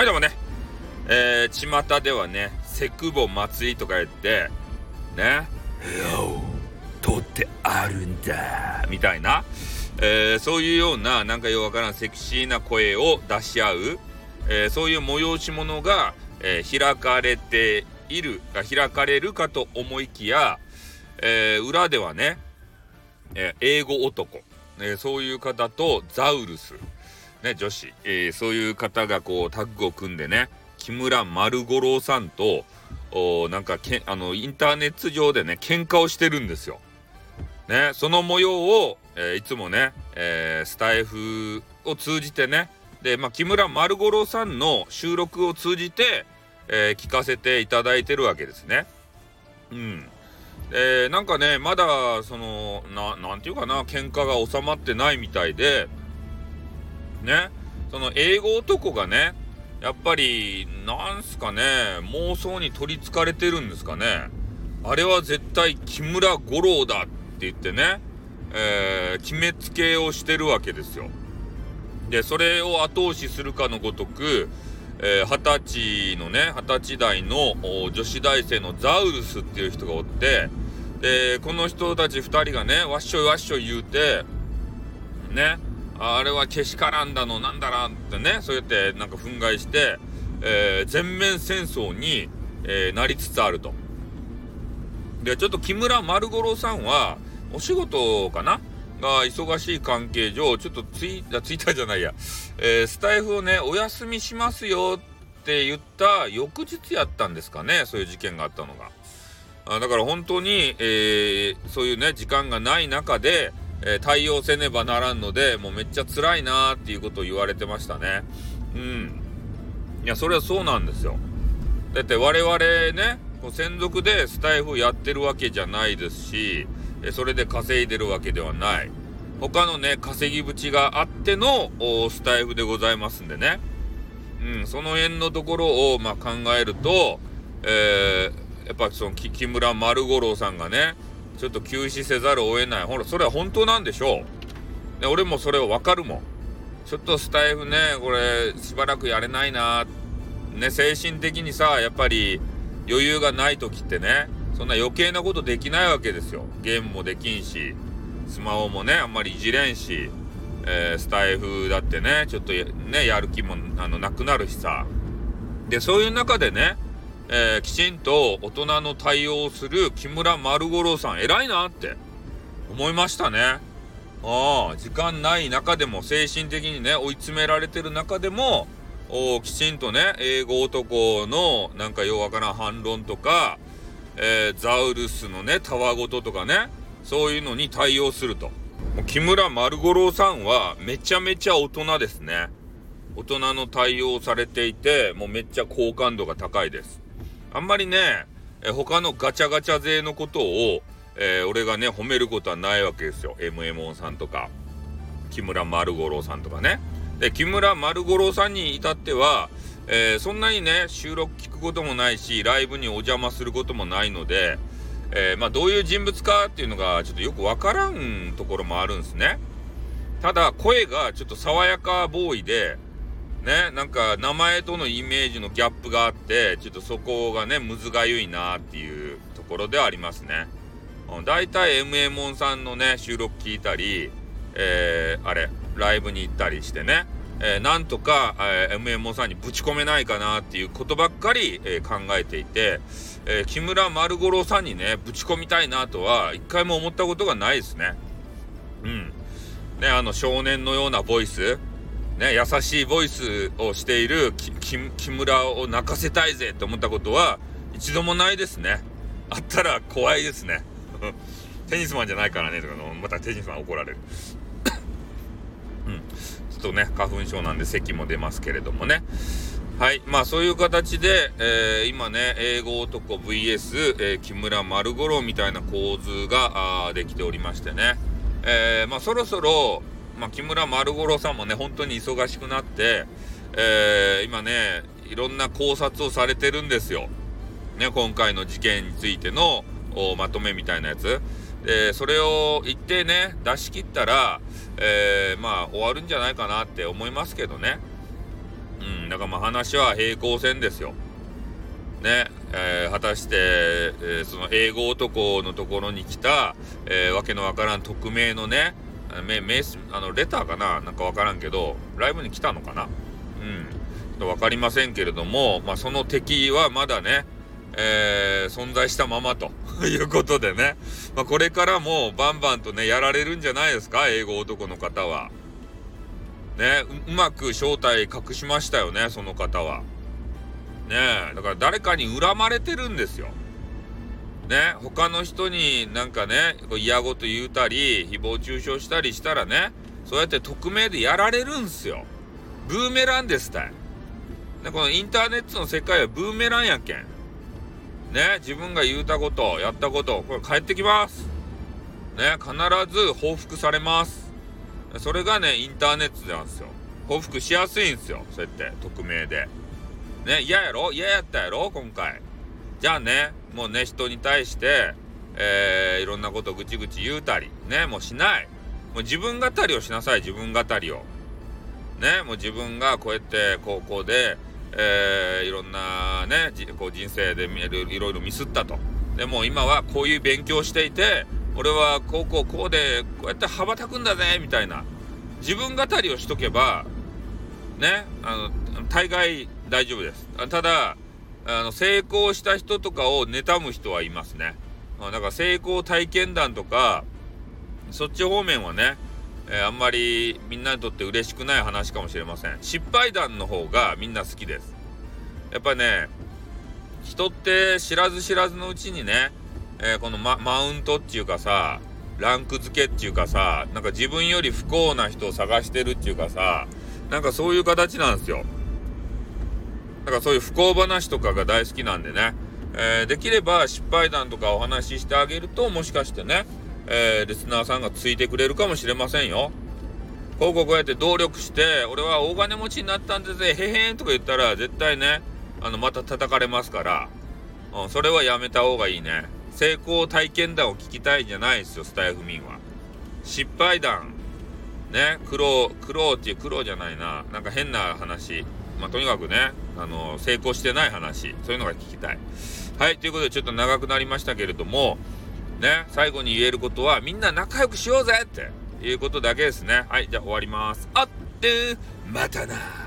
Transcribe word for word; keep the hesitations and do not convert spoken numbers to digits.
はいどうもね、えー、巷ではね、セクボ祭りとか言ってね、よー取ってあるんだみたいな、えー、そういうようななんかよくわからんセクシーな声を出し合う、えー、そういう催し物が、えー、開かれているが開かれるかと思いきや、えー、裏ではね、えー、英語男、えー、そういう方とザウルスね、女子、えー、そういう方がこうタッグを組んでね、木村丸五郎さんとなんかけあのインターネット上でね喧嘩をしてるんですよ。ね、その模様を、えー、いつもね、えー、スタイフを通じてね、で、まあ、木村丸五郎さんの収録を通じて、えー、聞かせていただいてるわけですね。うん。で、なんかね、まだそのななんていうかな、喧嘩が収まってないみたいで。ね、その英語男がね、やっぱりなんすかね、妄想に取りつかれてるんですかね。あれは絶対木村五郎だって言ってね、えー、決めつけをしてるわけですよ。で、それを後押しするかのごとく、えー、二十歳のね、二十歳代の女子大生のザウルスっていう人がおって、で、この人たち二人がね、わっしょいわっしょい言うて、ね、あれはけしからんだのなんだらってね、そうやってなんか憤慨して、えー、全面戦争に、えー、なりつつあると。で、ちょっと木村丸五郎さんはお仕事かなが忙しい関係上、ちょっとツイツイッターじゃないや、えー、スタイフをねお休みしますよって言った翌日やったんですかね、そういう事件があったのが。あだから本当に、えー、そういうね時間がない中でえー、対応せねばならんので、もうめっちゃ辛いなーっていうことを言われてましたね。うん。いや、それはそうなんですよ。だって我々ね、専属でスタイフやってるわけじゃないですし、それで稼いでるわけではない。他のね、稼ぎ口があってのスタイフでございますんでね。うん、その辺のところを、まあ、考えると、えー、やっぱその木村丸五郎さんがね、ちょっと休止せざるを得ない。ほら、それは本当なんでしょう。で、俺もそれはわかるもん。ちょっとスタイフね、これ、しばらくやれないな。ね、精神的にさ、やっぱり余裕がない時ってね、そんな余計なことできないわけですよ。ゲームもできんし、スマホもね、あんまりいじれんし、えー、スタイフだってね、ちょっとね、やる気もあのなくなるしさ。で、そういう中でね、えー、きちんと大人の対応をする木村丸五郎さん偉いなって思いましたね。ああ、時間ない中でも精神的にね追い詰められてる中でもきちんとね英語男のなんかようわからん反論とか、えー、ザウルスのねたわごととかね、そういうのに対応すると。木村丸五郎さんはめちゃめちゃ大人ですね。大人の対応をされていて、もうめっちゃ好感度が高いです。あんまりね、え他のガチャガチャ勢のことを、えー、俺がね、褒めることはないわけですよ。エムエムオン さんとか、木村丸五郎さんとかね。で、木村丸五郎さんに至っては、えー、そんなにね、収録聞くこともないし、ライブにお邪魔することもないので、えー、まあ、どういう人物かっていうのがちょっとよくわからんところもあるんですね。ただ、声がちょっと爽やかボーイで、ね、なんか名前とのイメージのギャップがあって、ちょっとそこがねむずがゆいなっていうところではありますね。だいたい エムエムオン さんのね収録聞いたり、えー、あれライブに行ったりしてね、えー、なんとか、えー、エムエムオン さんにぶち込めないかなっていうことばっかり、えー、考えていて、えー、木村丸五郎さんにねぶち込みたいなとは一回も思ったことがないですね。うんね、あの少年のようなボイスね、優しいボイスをしている木村を泣かせたいぜって思ったことは一度もないですね。あったら怖いですね。テニスマンじゃないからねとかの、またテニスマン怒られる。うん、ちょっとね花粉症なんで咳も出ますけれどもね。はい、まあそういう形で、えー、今ね英語男 ブイエス、えー、木村丸五郎みたいな構図ができておりましてね、えー、まあそろそろまあ、木村丸五郎さんもね本当に忙しくなって、えー、今ねいろんな考察をされてるんですよ、ね、今回の事件についてのまとめみたいなやつで、それを言ってね出し切ったら、えー、まあ終わるんじゃないかなって思いますけどね。うん、 だからまあ話は平行線ですよ。ね、えー、果たして、えー、その英語男のところに来た、えー、わけのわからん匿名のね、メメスあのレターかな、なんかわからんけど、ライブに来たのかな、うん、ちょっとわかりませんけれども、まあその敵はまだね、えー、存在したままということでね、まあ、これからもバンバンとねやられるんじゃないですか、英語男の方は。ね、う, うまく正体隠しましたよね、その方は。ねえ、だから誰かに恨まれてるんですよ。ね、他の人になんかね、嫌ごと言うたり、誹謗中傷したりしたらね、そうやって匿名でやられるんすよ。ブーメランですたい。でこのインターネットの世界はブーメランやけん。ね、自分が言うたこと、やったこと、これ返ってきます。ね、必ず報復されます。それがね、インターネットなんですよ。報復しやすいんですよ、そうやって匿名で。ね、嫌やろ？嫌やったやろ今回。じゃあね、もうね、人に対して、えー、いろんなことぐちぐち言うたり、ね、もうしない。もう自分語りをしなさい、自分語りを。ね、もう自分がこうやって高校で、えー、いろんなね、こう人生でいろいろミスったと。でも今はこういう勉強していて、俺は高校こうで、こうやって羽ばたくんだぜ、みたいな。自分語りをしとけば、ね、あの、大概大丈夫です。ただ、あの、成功した人とかを妬む人はいますね。だから成功体験談とか、そっち方面はね、えー、あんまりみんなにとって嬉しくない話かもしれません。失敗談の方がみんな好きです。やっぱね、人って知らず知らずのうちにね、えー、この マ, マウントっていうかさ、ランク付けっていうかさ、なんか自分より不幸な人を探してるっていうかさ、なんかそういう形なんですよ。だからそういう不幸話とかが大好きなんでね、えー、できれば失敗談とかお話ししてあげると、もしかしてね、えー、リスナーさんがついてくれるかもしれませんよ。こうこうこうやって努力して、俺は大金持ちになったんでぜ、へへんとか言ったら絶対ね、あのまた叩かれますから、うん、それはやめた方がいいね。成功体験談を聞きたいんじゃないですよ、スタイフ民は。失敗談ね、苦労苦労っていう苦労じゃないな、なんか変な話、まあとにかくね、あの成功してない話、そういうのが聞きたい。はい、ということでちょっと長くなりましたけれどもね、最後に言えることは、みんな仲良くしようぜっていうことだけですね。はい、じゃあ終わります。あってまたな。